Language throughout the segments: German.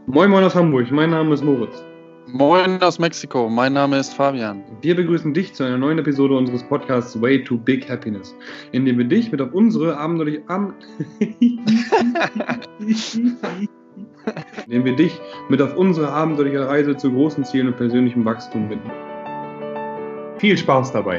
Moin Moin aus Hamburg, mein Name ist Moritz. Moin aus Mexiko, mein Name ist Fabian. Wir begrüßen dich zu einer neuen Episode unseres Podcasts Way to Big Happiness, in dem wir dich mit auf unsere abenteuerliche Reise zu großen Zielen und persönlichem Wachstum bitten. Viel Spaß dabei!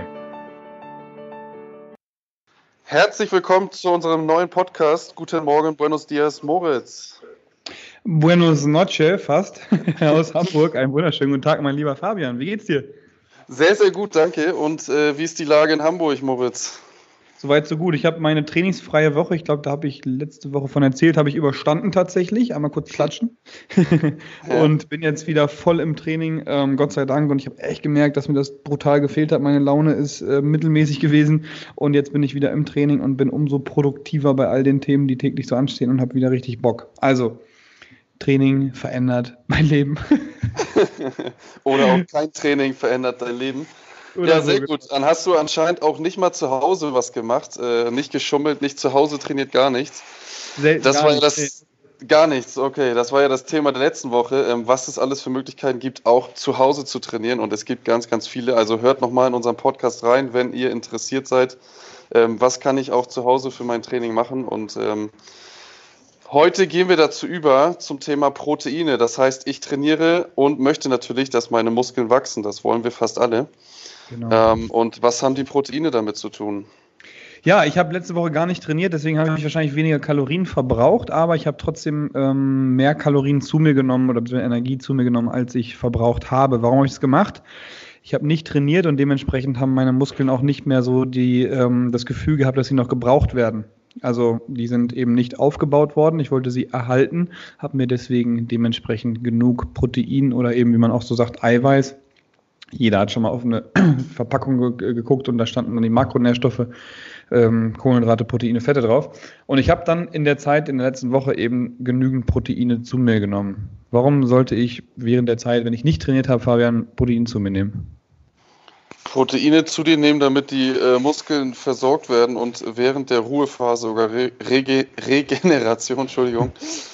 Herzlich willkommen zu unserem neuen Podcast. Guten Morgen, buenos dias, Moritz. Buenos noche, fast, aus Hamburg. Einen wunderschönen guten Tag, mein lieber Fabian. Wie geht's dir? Sehr, sehr gut, danke. Und wie ist die Lage in Hamburg, Moritz? Soweit, so gut. Ich habe meine trainingsfreie Woche, ich glaube, da habe ich letzte Woche von erzählt, habe ich überstanden tatsächlich. Einmal kurz klatschen. Und bin jetzt wieder voll im Training, Gott sei Dank. Und ich habe echt gemerkt, dass mir das brutal gefehlt hat. Meine Laune ist mittelmäßig gewesen. Und jetzt bin ich wieder im Training und bin umso produktiver bei all den Themen, die täglich so anstehen und habe wieder richtig Bock. Also, Training verändert mein Leben. Oder auch kein Training verändert dein Leben. Oder ja, sehr gut. Dann hast du anscheinend auch nicht mal zu Hause was gemacht, nicht geschummelt, nicht zu Hause trainiert, gar nichts. Gar nichts, okay. Das war ja das Thema der letzten Woche, was es alles für Möglichkeiten gibt, auch zu Hause zu trainieren. Und es gibt ganz, ganz viele. Also hört nochmal in unseren Podcast rein, wenn ihr interessiert seid. Was kann ich auch zu Hause für mein Training machen? Und heute gehen wir dazu über zum Thema Proteine. Das heißt, ich trainiere und möchte natürlich, dass meine Muskeln wachsen. Das wollen wir fast alle. Genau. Und was haben die Proteine damit zu tun? Ja, ich habe letzte Woche gar nicht trainiert, deswegen habe ich wahrscheinlich weniger Kalorien verbraucht, aber ich habe trotzdem mehr Kalorien zu mir genommen oder Energie zu mir genommen, als ich verbraucht habe. Warum habe ich es gemacht? Ich habe nicht trainiert und dementsprechend haben meine Muskeln auch nicht mehr so das Gefühl gehabt, dass sie noch gebraucht werden. Also die sind eben nicht aufgebaut worden. Ich wollte sie erhalten, habe mir deswegen dementsprechend genug Protein oder eben, wie man auch so sagt, Eiweiß. Jeder hat schon mal auf eine Verpackung geguckt und da standen dann die Makronährstoffe, Kohlenhydrate, Proteine, Fette drauf. Und ich habe dann in der letzten Woche eben genügend Proteine zu mir genommen. Warum sollte ich während der Zeit, wenn ich nicht trainiert habe, Fabian, Protein zu mir nehmen? Proteine zu dir nehmen, damit die Muskeln versorgt werden und während der Ruhephase oder Regeneration, Entschuldigung,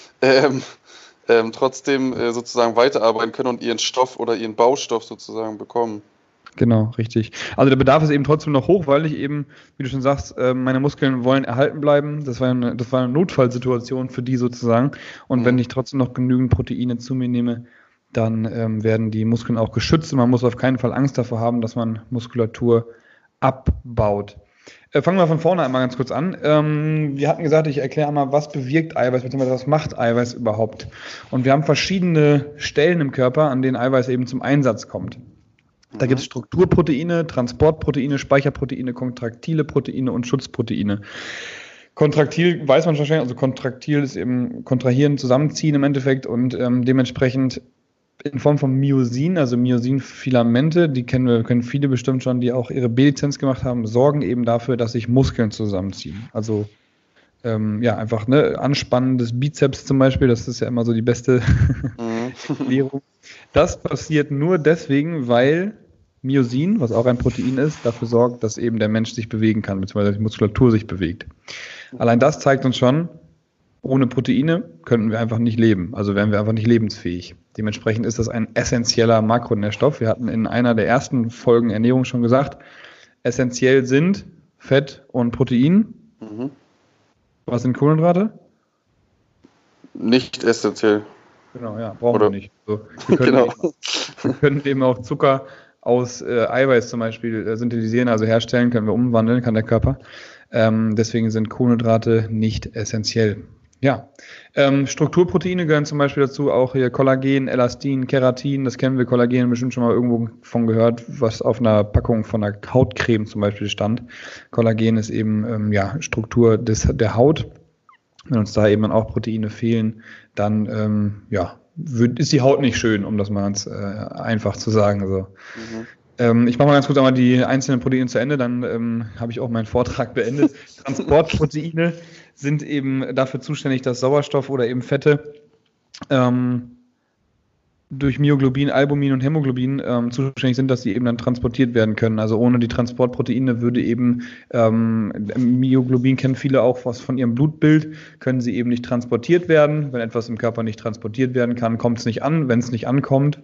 trotzdem sozusagen weiterarbeiten können und ihren Stoff oder ihren Baustoff sozusagen bekommen. Genau, richtig. Also der Bedarf ist eben trotzdem noch hoch, weil ich eben, wie du schon sagst, meine Muskeln wollen erhalten bleiben. Das war eine Notfallsituation für die sozusagen. Und wenn ich trotzdem noch genügend Proteine zu mir nehme, dann werden die Muskeln auch geschützt. Und man muss auf keinen Fall Angst davor haben, dass man Muskulatur abbaut. Fangen wir von vorne einmal ganz kurz an. Wir hatten gesagt, ich erkläre einmal, was bewirkt Eiweiß, beziehungsweise was macht Eiweiß überhaupt. Und wir haben verschiedene Stellen im Körper, an denen Eiweiß eben zum Einsatz kommt. Da gibt es Strukturproteine, Transportproteine, Speicherproteine, kontraktile Proteine und Schutzproteine. Kontraktil weiß man wahrscheinlich, also kontraktil ist eben kontrahieren, zusammenziehen im Endeffekt und dementsprechend in Form von Myosin, also Myosin-Filamente, die können viele bestimmt schon, die auch ihre B-Lizenz gemacht haben, sorgen eben dafür, dass sich Muskeln zusammenziehen. Also einfach Anspannen des Bizeps zum Beispiel, das ist ja immer so die beste Erklärung. Das passiert nur deswegen, weil Myosin, was auch ein Protein ist, dafür sorgt, dass eben der Mensch sich bewegen kann, beziehungsweise die Muskulatur sich bewegt. Allein das zeigt uns schon, ohne Proteine könnten wir einfach nicht leben, also wären wir einfach nicht lebensfähig. Dementsprechend ist das ein essentieller Makronährstoff. Wir hatten in einer der ersten Folgen Ernährung schon gesagt, essentiell sind Fett und Protein. Was sind Kohlenhydrate? Nicht essentiell. Genau, ja, brauchen wir nicht. Also, wir können eben auch Zucker aus Eiweiß zum Beispiel synthetisieren, also herstellen, können wir umwandeln, kann der Körper. Deswegen sind Kohlenhydrate nicht essentiell. Ja, Strukturproteine gehören zum Beispiel dazu, auch hier Kollagen, Elastin, Keratin, das kennen wir, Kollagen bestimmt schon mal irgendwo von gehört, was auf einer Packung von einer Hautcreme zum Beispiel stand. Kollagen ist eben Struktur der Haut. Wenn uns da eben auch Proteine fehlen, dann ist die Haut nicht schön, um das mal ganz einfach zu sagen. So. Ich mache mal ganz kurz einmal die einzelnen Proteine zu Ende, dann habe ich auch meinen Vortrag beendet. Transportproteine sind eben dafür zuständig, dass Sauerstoff oder eben Fette durch Myoglobin, Albumin und Hämoglobin zuständig sind, dass sie eben dann transportiert werden können. Also ohne die Transportproteine würde eben Myoglobin kennen viele auch was von ihrem Blutbild, können sie eben nicht transportiert werden. Wenn etwas im Körper nicht transportiert werden kann, kommt es nicht an. Wenn es nicht ankommt,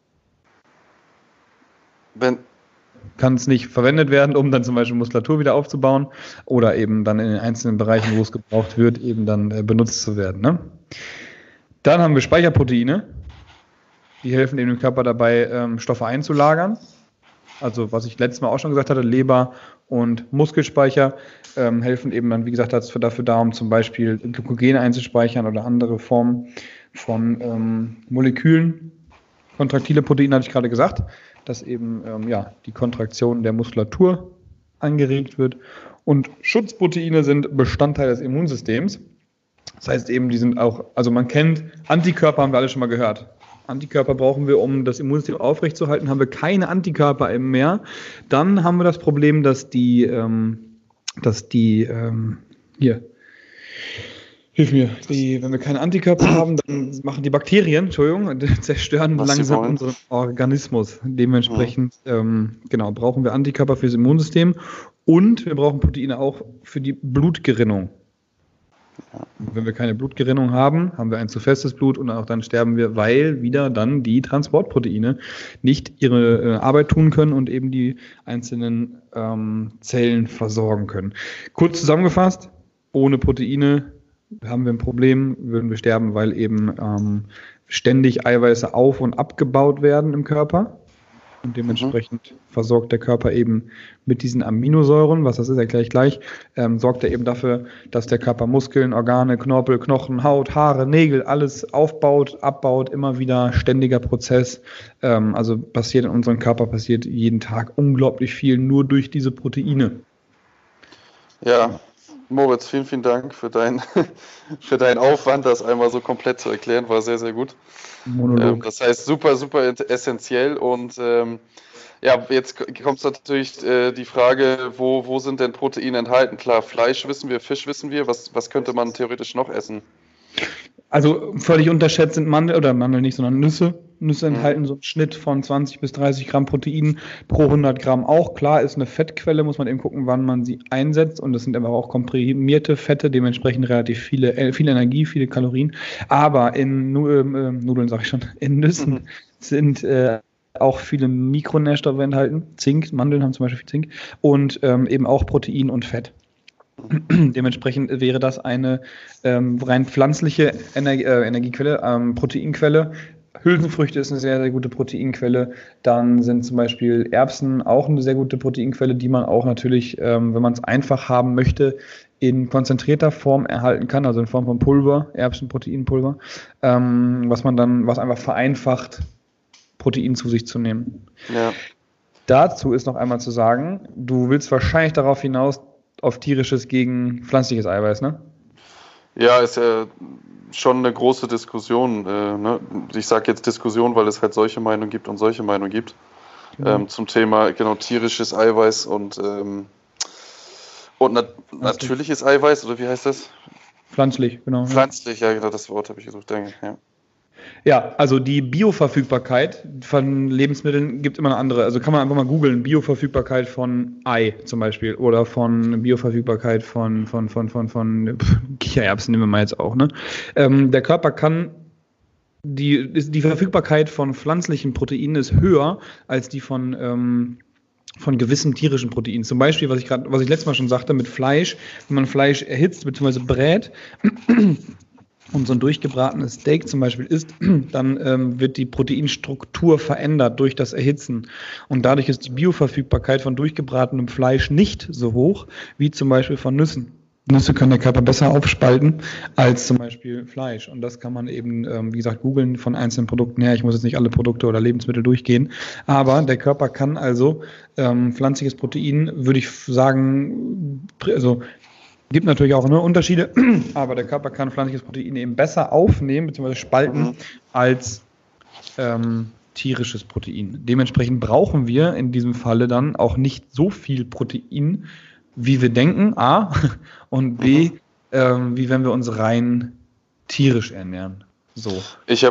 kann es nicht verwendet werden, um dann zum Beispiel Muskulatur wieder aufzubauen oder eben dann in den einzelnen Bereichen, wo es gebraucht wird, eben dann benutzt zu werden. Ne? Dann haben wir Speicherproteine. Die helfen eben dem Körper dabei, Stoffe einzulagern. Also was ich letztes Mal auch schon gesagt hatte, Leber und Muskelspeicher helfen eben dann, wie gesagt, dafür da, um zum Beispiel Glykogen einzuspeichern oder andere Formen von Molekülen. Kontraktile Proteine hatte ich gerade gesagt, dass eben die Kontraktion der Muskulatur angeregt wird. Und Schutzproteine sind Bestandteil des Immunsystems. Das heißt eben, die sind auch, also man kennt, Antikörper haben wir alle schon mal gehört. Antikörper brauchen wir, um das Immunsystem aufrechtzuerhalten. Haben wir keine Antikörper mehr, dann haben wir das Problem, dass die wenn wir keine Antikörper haben, dann machen die Bakterien, zerstören langsam unseren Organismus. Dementsprechend brauchen wir Antikörper fürs Immunsystem und wir brauchen Proteine auch für die Blutgerinnung. Wenn wir keine Blutgerinnung haben, haben wir ein zu festes Blut und auch dann sterben wir, weil wieder dann die Transportproteine nicht ihre Arbeit tun können und eben die einzelnen Zellen versorgen können. Kurz zusammengefasst, ohne Proteine haben wir ein Problem, würden wir sterben, weil eben ständig Eiweiße auf- und abgebaut werden im Körper. Und dementsprechend versorgt der Körper eben mit diesen Aminosäuren, was das ist, erkläre ich gleich, sorgt er eben dafür, dass der Körper Muskeln, Organe, Knorpel, Knochen, Haut, Haare, Nägel, alles aufbaut, abbaut, immer wieder ständiger Prozess. Also passiert in unserem Körper, passiert jeden Tag unglaublich viel, nur durch diese Proteine. Ja, Moritz, vielen, vielen Dank für deinen Aufwand, das einmal so komplett zu erklären, war sehr, sehr gut. Das heißt, super, super essentiell und jetzt kommt natürlich die Frage, wo sind denn Proteine enthalten? Klar, Fleisch wissen wir, Fisch wissen wir, was könnte man theoretisch noch essen? Also völlig unterschätzt sind Mandeln nicht, sondern Nüsse. Nüsse enthalten so einen Schnitt von 20 bis 30 Gramm Protein pro 100 Gramm auch. Klar, ist eine Fettquelle, muss man eben gucken, wann man sie einsetzt. Und das sind aber auch komprimierte Fette, dementsprechend relativ viel Energie, viele Kalorien. Aber in Nudeln, sage ich schon, in Nüssen sind auch viele Mikronährstoffe enthalten. Zink, Mandeln haben zum Beispiel viel Zink. Und eben auch Protein und Fett. Dementsprechend wäre das eine rein pflanzliche Energiequelle, Proteinquelle. Hülsenfrüchte ist eine sehr, sehr gute Proteinquelle. Dann sind zum Beispiel Erbsen auch eine sehr gute Proteinquelle, die man auch natürlich, wenn man es einfach haben möchte, in konzentrierter Form erhalten kann, also in Form von Pulver, Erbsenproteinpulver, was einfach vereinfacht, Protein zu sich zu nehmen. Ja. Dazu ist noch einmal zu sagen, du willst wahrscheinlich darauf hinaus, auf tierisches gegen pflanzliches Eiweiß, ne? Ja, ist ja schon eine große Diskussion. Ne? Ich sage jetzt Diskussion, weil es halt solche Meinungen gibt und solche Meinungen gibt. Zum Thema tierisches Eiweiß und natürliches Eiweiß, oder wie heißt das? Pflanzlich, genau. Pflanzlich, ja, genau, das Wort habe ich gesucht, danke. Ja. Ja, also die Bioverfügbarkeit von Lebensmitteln gibt immer eine andere. Also kann man einfach mal googeln, Bioverfügbarkeit von Ei zum Beispiel oder von Bioverfügbarkeit von Kichererbsen nehmen wir mal jetzt auch. Ne? Der Körper kann, die Verfügbarkeit von pflanzlichen Proteinen ist höher als die von gewissen tierischen Proteinen. Zum Beispiel, was ich letztes Mal schon sagte, mit Fleisch, wenn man Fleisch erhitzt bzw. brät, und so ein durchgebratenes Steak zum Beispiel isst, dann wird die Proteinstruktur verändert durch das Erhitzen. Und dadurch ist die Bioverfügbarkeit von durchgebratenem Fleisch nicht so hoch wie zum Beispiel von Nüssen. Nüsse kann der Körper besser aufspalten als zum Beispiel Fleisch. Und das kann man eben, wie gesagt, googeln von einzelnen Produkten her. Ich muss jetzt nicht alle Produkte oder Lebensmittel durchgehen. Aber der Körper kann also pflanzliches Protein, würde ich sagen, also gibt natürlich auch Unterschiede, aber der Körper kann pflanzliches Protein eben besser aufnehmen bzw. spalten als tierisches Protein. Dementsprechend brauchen wir in diesem Falle dann auch nicht so viel Protein, wie wir denken, A, und B, wie wenn wir uns rein tierisch ernähren. So. Ich habe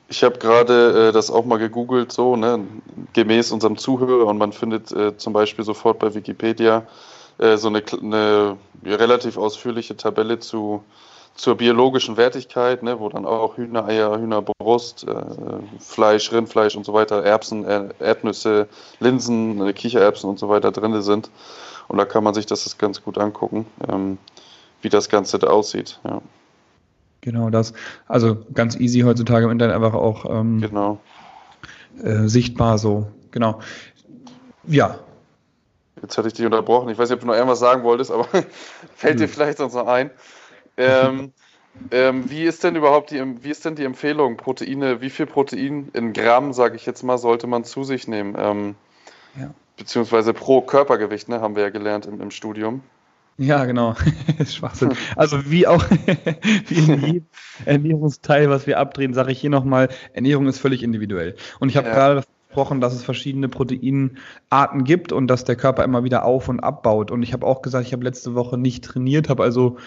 Ich habe gerade das auch mal gegoogelt, so, ne, gemäß unserem Zuhörer, und man findet zum Beispiel sofort bei Wikipedia so eine relativ ausführliche Tabelle zur biologischen Wertigkeit, ne, wo dann auch Hühnereier, Hühnerbrust, Fleisch, Rindfleisch und so weiter, Erbsen, Erdnüsse, Linsen, Kichererbsen und so weiter drin sind. Und da kann man sich das ganz gut angucken, wie das Ganze da aussieht. Ja. Genau das. Also ganz easy heutzutage im Internet einfach auch Genau. Sichtbar so. Genau. Ja. Jetzt hatte ich dich unterbrochen. Ich weiß nicht, ob du noch irgendwas sagen wolltest, aber fällt dir vielleicht sonst noch ein. Wie ist denn die Empfehlung? Proteine, wie viel Protein in Gramm, sage ich jetzt mal, sollte man zu sich nehmen? Ja. Beziehungsweise pro Körpergewicht, ne, haben wir ja gelernt im Studium. Ja, genau. Schwachsinn. Also wie auch wie in jedem Ernährungsteil, was wir abdrehen, sage ich hier nochmal, Ernährung ist völlig individuell. Und ich habe gerade davon gesprochen, dass es verschiedene Proteinarten gibt und dass der Körper immer wieder auf- und abbaut. Und ich habe auch gesagt, ich habe letzte Woche nicht trainiert, habe also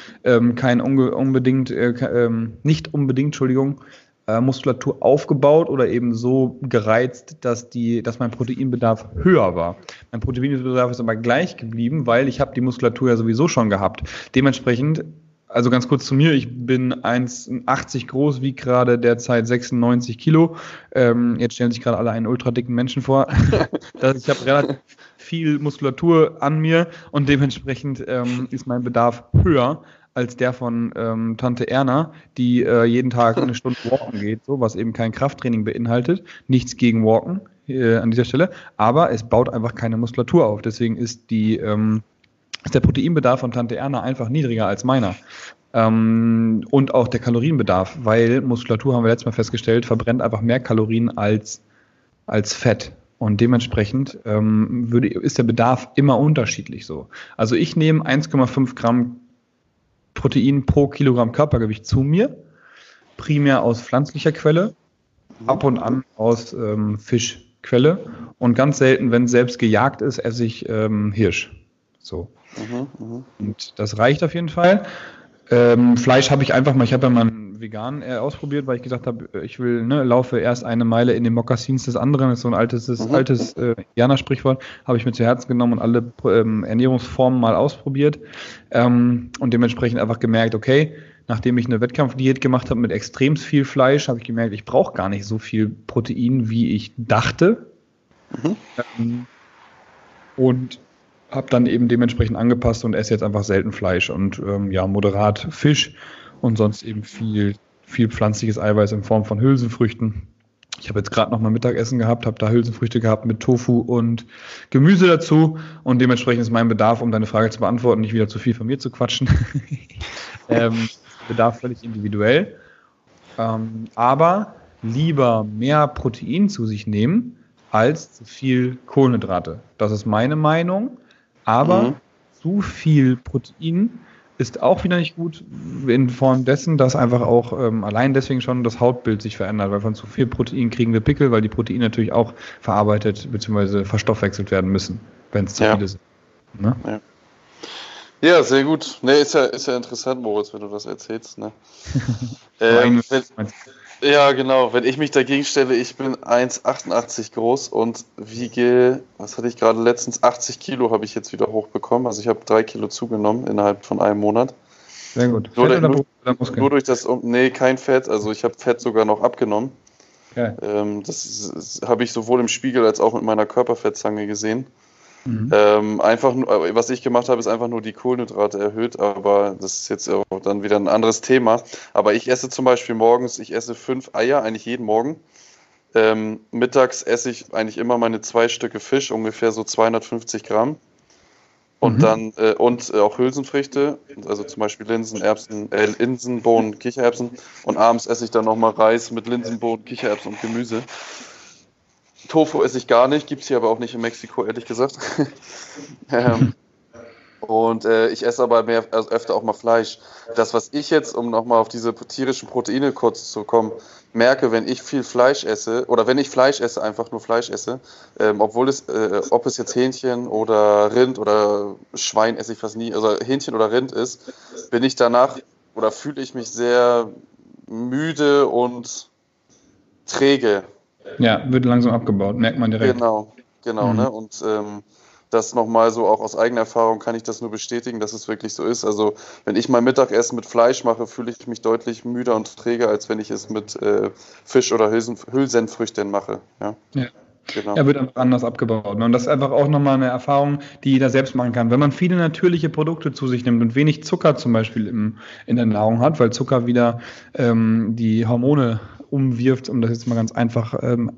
nicht unbedingt, Entschuldigung, Muskulatur aufgebaut oder eben so gereizt, dass mein Proteinbedarf höher war. Mein Proteinbedarf ist aber gleich geblieben, weil ich habe die Muskulatur ja sowieso schon gehabt. Dementsprechend, also ganz kurz zu mir, ich bin 1,80 groß, wiege gerade derzeit 96 Kilo. Jetzt stellen sich gerade alle einen ultra dicken Menschen vor. Ich habe relativ viel Muskulatur an mir und dementsprechend ist mein Bedarf höher als der von Tante Erna, die jeden Tag eine Stunde walken geht, so, was eben kein Krafttraining beinhaltet. Nichts gegen Walken an dieser Stelle, aber es baut einfach keine Muskulatur auf. Deswegen ist der Proteinbedarf von Tante Erna einfach niedriger als meiner. Und auch der Kalorienbedarf, weil Muskulatur, haben wir letztes Mal festgestellt, verbrennt einfach mehr Kalorien als Fett. Und dementsprechend ist der Bedarf immer unterschiedlich so. Also ich nehme 1,5 Gramm Protein pro Kilogramm Körpergewicht zu mir, primär aus pflanzlicher Quelle, ab und an aus Fischquelle und ganz selten, wenn es selbst gejagt ist, esse ich Hirsch. So. Und das reicht auf jeden Fall. Fleisch habe ich einfach mal, ich habe ja mal einen vegan ausprobiert, weil ich gesagt habe, ich will, laufe erst eine Meile in den Mokassins des anderen, das ist so ein altes Indianer-Sprichwort, habe ich mir zu Herzen genommen und alle Ernährungsformen mal ausprobiert und dementsprechend einfach gemerkt, okay, nachdem ich eine Wettkampfdiät gemacht habe mit extrem viel Fleisch, habe ich gemerkt, ich brauche gar nicht so viel Protein, wie ich dachte. Und habe dann eben dementsprechend angepasst und esse jetzt einfach selten Fleisch und moderat Fisch und sonst eben viel pflanzliches Eiweiß in Form von Hülsenfrüchten. Ich habe jetzt gerade noch mal Mittagessen gehabt, habe da Hülsenfrüchte gehabt mit Tofu und Gemüse dazu und dementsprechend ist mein Bedarf, um deine Frage zu beantworten, nicht wieder zu viel von mir zu quatschen, Bedarf völlig individuell, aber lieber mehr Protein zu sich nehmen als zu viel Kohlenhydrate. Das ist meine Meinung. Aber zu viel Protein ist auch wieder nicht gut in Form dessen, dass einfach auch allein deswegen schon das Hautbild sich verändert, weil von zu viel Protein kriegen wir Pickel, weil die Proteine natürlich auch verarbeitet bzw. verstoffwechselt werden müssen, wenn es zu viele sind. Ne? Ja, sehr gut. Ne, ist ja interessant, Moritz, wenn du das erzählst. Ne? Ja, genau. Wenn ich mich dagegen stelle, ich bin 1,88 groß und wiege, was hatte ich gerade letztens, 80 Kilo habe ich jetzt wieder hochbekommen. Also ich habe 3 Kilo zugenommen innerhalb von einem Monat. Sehr gut. Fett oder Muskeln? Nur durch das, nee, kein Fett. Also ich habe Fett sogar noch abgenommen. Okay. Das habe ich sowohl im Spiegel als auch mit meiner Körperfettzange gesehen. Einfach nur, was ich gemacht habe, ist einfach nur die Kohlenhydrate erhöht, aber das ist jetzt auch dann wieder ein anderes Thema. Aber ich esse zum Beispiel morgens, 5 Eier, eigentlich jeden Morgen. Mittags esse ich eigentlich immer meine 2 Stücke Fisch, ungefähr so 250 Gramm. Und dann, auch Hülsenfrüchte, also zum Beispiel Linsen, Erbsen, Linsen, Bohnen, Kichererbsen. Und abends esse ich dann nochmal Reis mit Linsen, Bohnen, Kichererbsen und Gemüse. Tofu esse ich gar nicht, gibt es hier aber auch nicht in Mexiko, ehrlich gesagt. Ich esse aber öfter auch mal Fleisch. Das, was ich jetzt, um nochmal auf diese tierischen Proteine kurz zu kommen, merke, wenn ich viel Fleisch esse, oder wenn ich Fleisch esse, einfach nur Fleisch esse, ob es jetzt Hähnchen oder Rind oder Schwein esse ich fast nie, also Hähnchen oder Rind ist, bin ich danach oder fühle ich mich sehr müde und träge. Ja, wird langsam abgebaut, merkt man direkt. Genau, ne? Und das nochmal so auch aus eigener Erfahrung kann ich das nur bestätigen, dass es wirklich so ist. Also wenn ich mein Mittagessen mit Fleisch mache, fühle ich mich deutlich müder und träger, als wenn ich es mit Fisch oder Hülsenfrüchten mache. Ja. Genau. Er wird einfach anders abgebaut. Ne? Und das ist einfach auch nochmal eine Erfahrung, die jeder selbst machen kann. Wenn man viele natürliche Produkte zu sich nimmt und wenig Zucker zum Beispiel in der Nahrung hat, weil Zucker wieder die Hormone umwirft, um das jetzt mal ganz einfach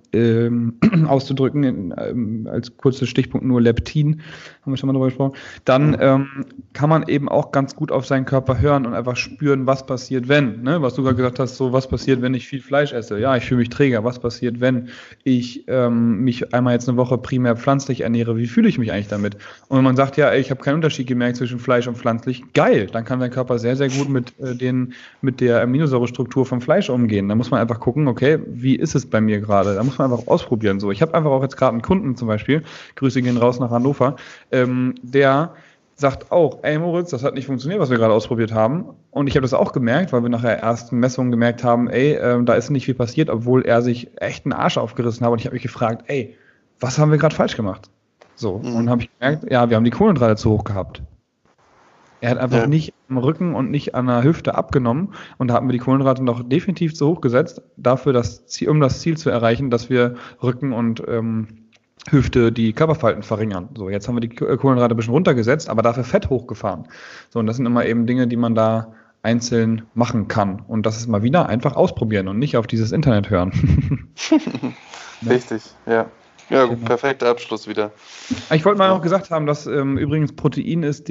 auszudrücken, als kurzer Stichpunkt nur Leptin, haben wir schon mal darüber gesprochen, dann kann man eben auch ganz gut auf seinen Körper hören und einfach spüren, was passiert, wenn, ne? Was du gerade gesagt hast, so was passiert, wenn ich viel Fleisch esse. Ja, ich fühle mich träger. Was passiert, wenn ich mich einmal jetzt eine Woche primär pflanzlich ernähre? Wie fühle ich mich eigentlich damit? Und wenn man sagt, ja, ich habe keinen Unterschied gemerkt zwischen Fleisch und pflanzlich, geil, dann kann dein Körper sehr, sehr gut mit der Aminosäurestruktur vom Fleisch umgehen. Da muss man einfach gucken, okay, wie ist es bei mir gerade? Da muss man einfach ausprobieren. So, ich habe einfach auch jetzt gerade einen Kunden zum Beispiel, Grüße gehen raus nach Hannover, der sagt auch, ey Moritz, das hat nicht funktioniert, was wir gerade ausprobiert haben. Und ich habe das auch gemerkt, weil wir nach der ersten Messung gemerkt haben, da ist nicht viel passiert, obwohl er sich echt einen Arsch aufgerissen hat. Und ich habe mich gefragt, ey, was haben wir gerade falsch gemacht? So, und habe ich gemerkt, ja, wir haben die Kohlenhydrate zu hoch gehabt. Er hat einfach nicht am Rücken und nicht an der Hüfte abgenommen und da hatten wir die Kohlenhydrate noch definitiv zu hoch gesetzt, dafür, um das Ziel zu erreichen, dass wir Rücken und Hüfte die Körperfalten verringern. So, jetzt haben wir die Kohlenhydrate ein bisschen runtergesetzt, aber dafür Fett hochgefahren. So, und das sind immer eben Dinge, die man da einzeln machen kann. Und das ist mal wieder einfach ausprobieren und nicht auf dieses Internet hören. Richtig, ja. Ja, genau. Perfekter Abschluss wieder. Ich wollte mal noch gesagt haben, dass übrigens Protein ist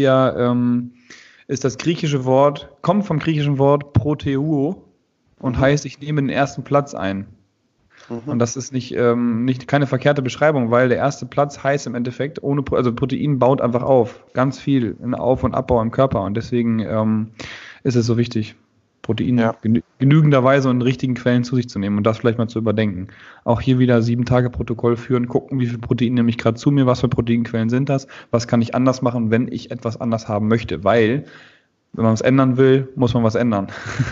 das griechische Wort, kommt vom griechischen Wort proteuo und heißt, ich nehme den ersten Platz ein. Und das ist keine verkehrte Beschreibung, weil der erste Platz heißt im Endeffekt, also Protein baut einfach auf, ganz viel in Auf- und Abbau im Körper und deswegen ist es so wichtig, Protein genügenderweise und in richtigen Quellen zu sich zu nehmen und das vielleicht mal zu überdenken. Auch hier wieder 7-Tage-Protokoll führen, gucken, wie viel Protein nehme ich gerade zu mir, was für Proteinquellen sind das, was kann ich anders machen, wenn ich etwas anders haben möchte, weil wenn man was ändern will, muss man was ändern.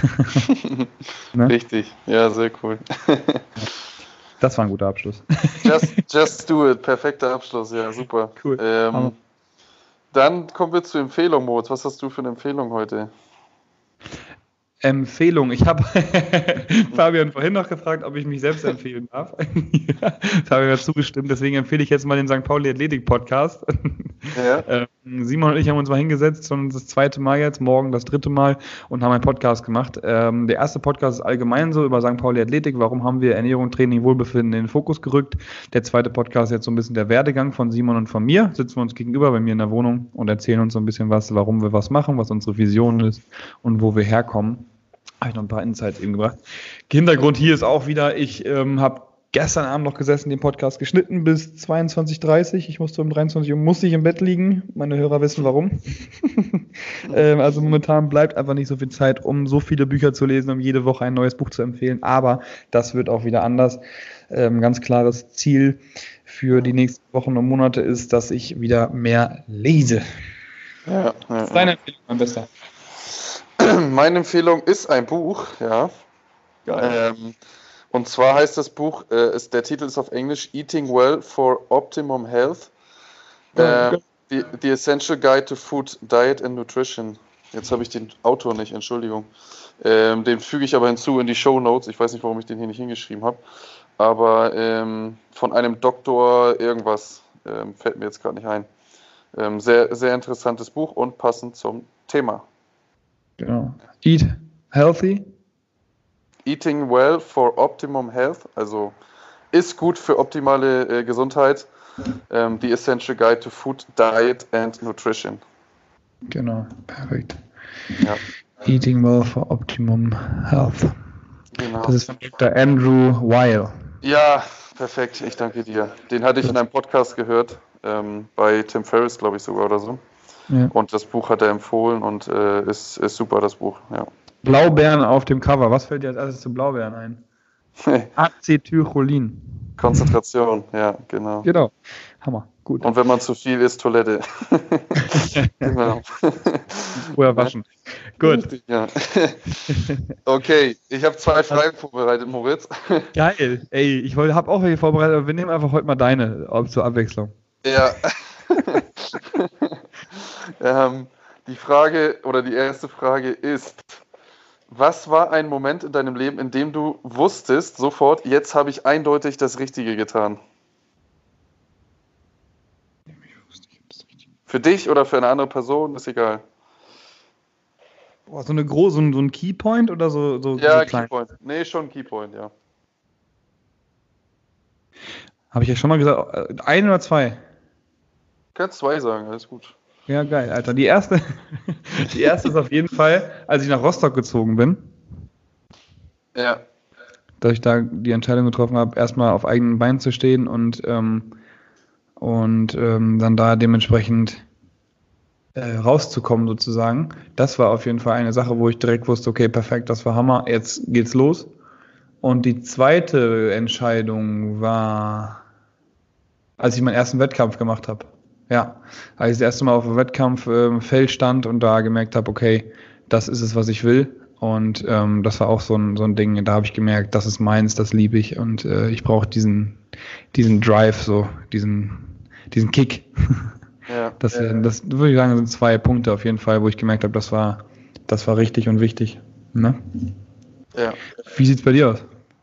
Ne? Richtig, ja, sehr cool. Das war ein guter Abschluss. Just do it, perfekter Abschluss, ja, super. Cool. Dann kommen wir zur Empfehlung, Moritz. Was hast du für eine Empfehlung heute? Empfehlung. Ich habe Fabian vorhin noch gefragt, ob ich mich selbst empfehlen darf. Fabian hat zugestimmt, deswegen empfehle ich jetzt mal den St. Pauli Athletik Podcast. Ja. Simon und ich haben uns mal hingesetzt, schon das 2. Mal jetzt, morgen das 3. Mal und haben einen Podcast gemacht. Der erste Podcast ist allgemein so über St. Pauli Athletik. Warum haben wir Ernährung, Training, Wohlbefinden in den Fokus gerückt? Der zweite Podcast ist jetzt so ein bisschen der Werdegang von Simon und von mir. Sitzen wir uns gegenüber bei mir in der Wohnung und erzählen uns so ein bisschen was, warum wir was machen, was unsere Vision ist und wo wir herkommen. Habe ich noch ein paar Insights eben gebracht. Hintergrund hier ist auch wieder, ich habe gestern Abend noch gesessen, den Podcast geschnitten bis 22:30 Uhr. Ich musste um 23 Uhr musste ich im Bett liegen. Meine Hörer wissen warum. Also momentan bleibt einfach nicht so viel Zeit, um so viele Bücher zu lesen, um jede Woche ein neues Buch zu empfehlen. Aber das wird auch wieder anders. Ganz klares Ziel für die nächsten Wochen und Monate ist, dass ich wieder mehr lese. Ja, Was ist deine Empfehlung, mein Bester? Meine Empfehlung ist ein Buch, ja. Und zwar heißt das Buch, der Titel ist auf Englisch Eating Well for Optimum Health. The Essential Guide to Food, Diet and Nutrition. Jetzt habe ich den Autor nicht, Entschuldigung. Den füge ich aber hinzu in die Shownotes. Ich weiß nicht, warum ich den hier nicht hingeschrieben habe. Aber von einem Doktor irgendwas fällt mir jetzt gerade nicht ein. Sehr, sehr interessantes Buch und passend zum Thema. Genau. Eat healthy. Eating well for optimum health. Also ist gut für optimale Gesundheit. The Essential Guide to Food, Diet and Nutrition. Genau, perfekt. Ja. Eating well for optimum health. Genau. Das ist von Dr. Andrew Weil. Ja, perfekt. Ich danke dir. Den hatte ich in einem Podcast gehört, bei Tim Ferriss, glaube ich sogar oder so. Ja. Und das Buch hat er empfohlen und ist super, das Buch. Ja. Blaubeeren auf dem Cover. Was fällt dir als erstes zu Blaubeeren ein? Acetylcholin. Konzentration, ja, genau. Genau. Hammer. Gut. Und wenn man zu viel isst, Toilette. Genau. Vorher waschen. Gut. Richtig, ja. Okay, ich habe 2 Fragen vorbereitet, Moritz. Geil. Ey, ich habe auch welche vorbereitet, aber wir nehmen einfach heute mal deine zur Abwechslung. Ja. Die Frage oder die erste Frage ist: Was war ein Moment in deinem Leben, in dem du wusstest sofort, jetzt habe ich eindeutig das Richtige getan? Für dich oder für eine andere Person, ist egal. Boah, so ein Keypoint oder so Ja, so klein? Keypoint. Nee, schon Keypoint, ja. Habe ich ja schon mal gesagt, 1 oder 2? Kannst 2 sagen, alles gut. Ja, geil, Alter. Die erste ist auf jeden Fall, als ich nach Rostock gezogen bin, Ja. dass ich da die Entscheidung getroffen habe, erstmal auf eigenen Beinen zu stehen und dann da dementsprechend rauszukommen sozusagen. Das war auf jeden Fall eine Sache, wo ich direkt wusste, okay, perfekt, das war Hammer, jetzt geht's los. Und die zweite Entscheidung war, als ich meinen ersten Wettkampf gemacht habe. Ja, als ich das erste Mal auf dem Wettkampffeld stand und da gemerkt habe, okay, das ist es, was ich will. Und das war auch so ein Ding, da habe ich gemerkt, das ist meins, das liebe ich und ich brauche diesen Drive, so diesen Kick. Ja. Das würde ich sagen, sind 2 Punkte auf jeden Fall, wo ich gemerkt habe, das war richtig und wichtig. Ne? Ja. Wie sieht's bei dir aus?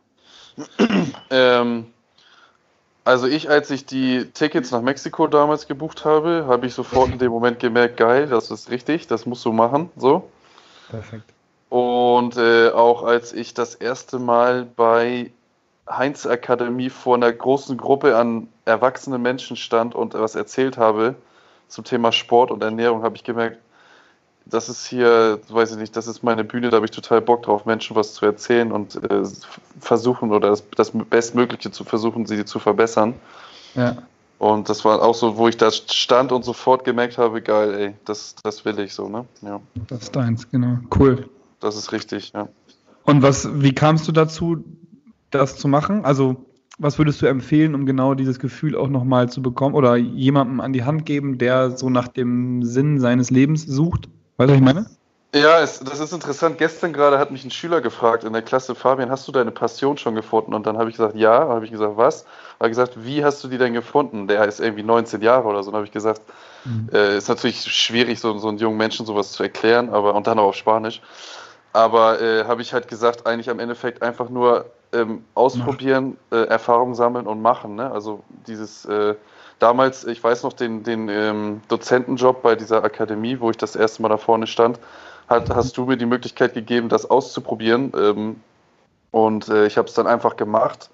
Also als ich die Tickets nach Mexiko damals gebucht habe, habe ich sofort in dem Moment gemerkt, geil, das ist richtig, das musst du machen, so. Perfekt. Und auch als ich das erste Mal bei Heinz Akademie vor einer großen Gruppe an erwachsenen Menschen stand und was erzählt habe zum Thema Sport und Ernährung, habe ich gemerkt, das ist hier, weiß ich nicht, das ist meine Bühne, da habe ich total Bock drauf, Menschen was zu erzählen und versuchen oder das Bestmögliche zu versuchen, sie zu verbessern. Ja. Und das war auch so, wo ich da stand und sofort gemerkt habe, geil, ey, das will ich so, ne? Ja. Das ist deins, genau. Cool. Das ist richtig, ja. Und wie kamst du dazu, das zu machen? Also, was würdest du empfehlen, um genau dieses Gefühl auch nochmal zu bekommen oder jemandem an die Hand geben, der so nach dem Sinn seines Lebens sucht? Weißt du, was ich meine? Ja, das ist interessant. Gestern gerade hat mich ein Schüler gefragt in der Klasse, Fabian, hast du deine Passion schon gefunden? Und dann habe ich gesagt, ja. Dann habe ich gesagt, was? Er hat gesagt, wie hast du die denn gefunden? Der ist irgendwie 19 Jahre oder so. Und dann habe ich gesagt, ist natürlich schwierig, so einen jungen Menschen sowas zu erklären, und dann auch auf Spanisch. Aber habe ich halt gesagt, eigentlich am Endeffekt einfach nur ausprobieren, Erfahrung sammeln und machen. Ne? Also dieses damals, ich weiß noch, den Dozentenjob bei dieser Akademie, wo ich das erste Mal da vorne stand, hast du mir die Möglichkeit gegeben, das auszuprobieren. Und ich habe es dann einfach gemacht.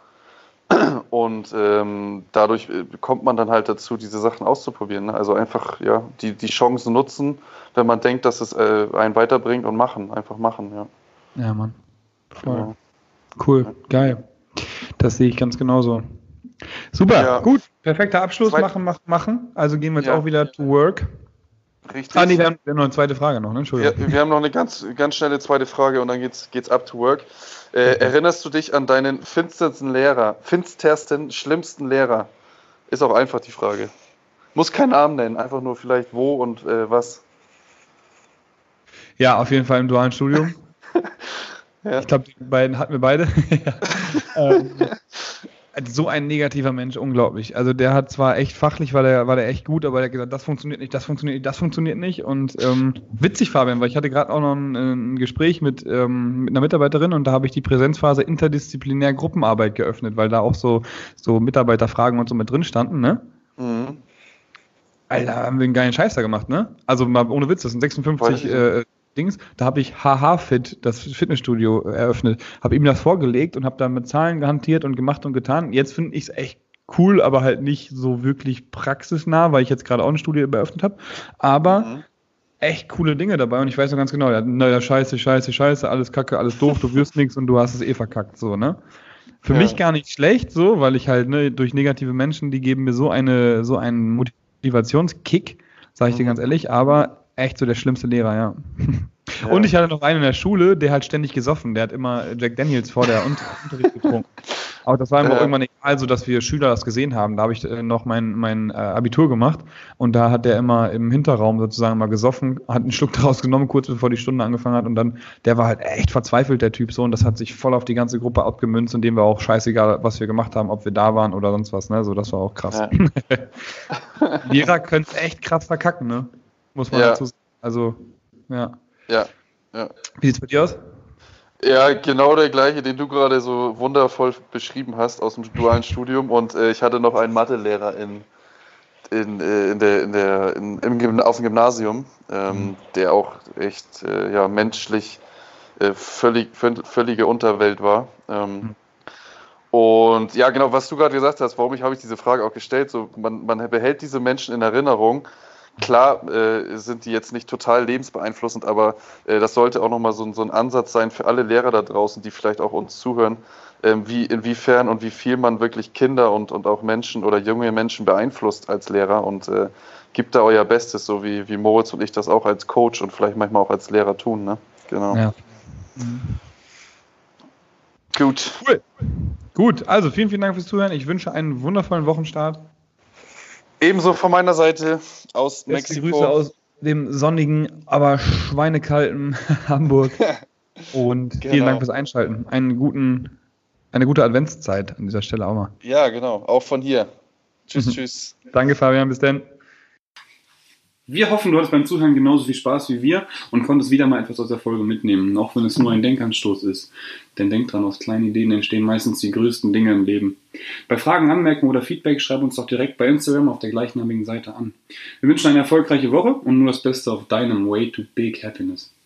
Und dadurch kommt man dann halt dazu, diese Sachen auszuprobieren. Ne? Also einfach ja die Chancen nutzen, wenn man denkt, dass es einen weiterbringt und machen. Einfach machen, ja. Ja, Mann. Voll. Genau. Cool, geil. Das sehe ich ganz genauso. Super, Ja. gut. Perfekter Abschluss. Machen. Also gehen wir jetzt auch wieder to work. Richtig. Ah, nee, wir haben noch eine zweite Frage noch, ne? Entschuldigung. Wir haben noch eine ganz, ganz schnelle zweite Frage und dann geht's up to work. Erinnerst du dich an deinen finstersten, schlimmsten Lehrer? Ist auch einfach die Frage. Muss keinen Namen nennen, einfach nur vielleicht wo und was. Ja, auf jeden Fall im dualen Studium. Ja. Ich glaube, die beiden hatten wir beide. So ein negativer Mensch, unglaublich. Also der hat zwar echt fachlich, war der echt gut, aber der hat gesagt, das funktioniert nicht. Und witzig, Fabian, weil ich hatte gerade auch noch ein Gespräch mit einer Mitarbeiterin und da habe ich die Präsenzphase interdisziplinär Gruppenarbeit geöffnet, weil da auch so Mitarbeiterfragen und so mit drin standen, ne? Mhm. Alter, haben wir einen geilen Scheiß da gemacht, ne? Also mal ohne Witz, das sind 56 Dings. Da habe ich HH-Fit, das Fitnessstudio, eröffnet. Habe ihm das vorgelegt und habe da mit Zahlen gehantiert und gemacht und getan. Jetzt finde ich es echt cool, aber halt nicht so wirklich praxisnah, weil ich jetzt gerade auch ein Studio eröffnet habe. Aber echt coole Dinge dabei und ich weiß noch ganz genau, naja, scheiße, alles kacke, alles doof, du wirst nichts und du hast es verkackt, so, ne? Für mich gar nicht schlecht, so, weil ich halt, ne, durch negative Menschen, die geben mir so einen Motivationskick, sage ich dir ganz ehrlich, aber echt so der schlimmste Lehrer, ja. Ja. Und ich hatte noch einen in der Schule, der hat ständig gesoffen. Der hat immer Jack Daniels vor der Unterricht getrunken. Aber das war immer irgendwann egal, so dass wir Schüler das gesehen haben. Da habe ich noch mein Abitur gemacht und da hat der immer im Hinterraum sozusagen mal gesoffen, hat einen Schluck daraus genommen, kurz bevor die Stunde angefangen hat und dann, der war halt echt verzweifelt, der Typ so, und das hat sich voll auf die ganze Gruppe abgemünzt, und dem war auch scheißegal, was wir gemacht haben, ob wir da waren oder sonst was, ne, so, das war auch krass. Ja. Lehrer können es echt krass verkacken, ne, muss man dazu sagen. Also, ja. Wie sieht's bei dir aus? Ja, genau der gleiche, den du gerade so wundervoll beschrieben hast aus dem dualen Studium. Und ich hatte noch einen Mathelehrer auf dem Gymnasium, der auch echt menschlich völlige Unterwelt war. Und ja, genau, was du gerade gesagt hast, habe ich diese Frage auch gestellt. So, man behält diese Menschen in Erinnerung. Klar sind die jetzt nicht total lebensbeeinflussend, aber das sollte auch nochmal so ein Ansatz sein für alle Lehrer da draußen, die vielleicht auch uns zuhören, inwiefern und wie viel man wirklich Kinder und auch Menschen oder junge Menschen beeinflusst als Lehrer, und gibt da euer Bestes, so wie Moritz und ich das auch als Coach und vielleicht manchmal auch als Lehrer tun, ne? Genau. Ja. Gut. Cool. Gut, also vielen, vielen Dank fürs Zuhören. Ich wünsche einen wundervollen Wochenstart. Ebenso von meiner Seite aus Mexiko. Grüße aus dem sonnigen, aber schweinekalten Hamburg. Und vielen Dank fürs Einschalten. Eine gute Adventszeit an dieser Stelle auch mal. Ja, genau. Auch von hier. Tschüss. Danke, Fabian. Bis dann. Wir hoffen, du hattest beim Zuhören genauso viel Spaß wie wir und konntest wieder mal etwas aus der Folge mitnehmen, auch wenn es nur ein Denkanstoß ist. Denn denk dran, aus kleinen Ideen entstehen meistens die größten Dinge im Leben. Bei Fragen, Anmerkungen oder Feedback schreib uns doch direkt bei Instagram auf der gleichnamigen Seite an. Wir wünschen eine erfolgreiche Woche und nur das Beste auf deinem Way to Big Happiness.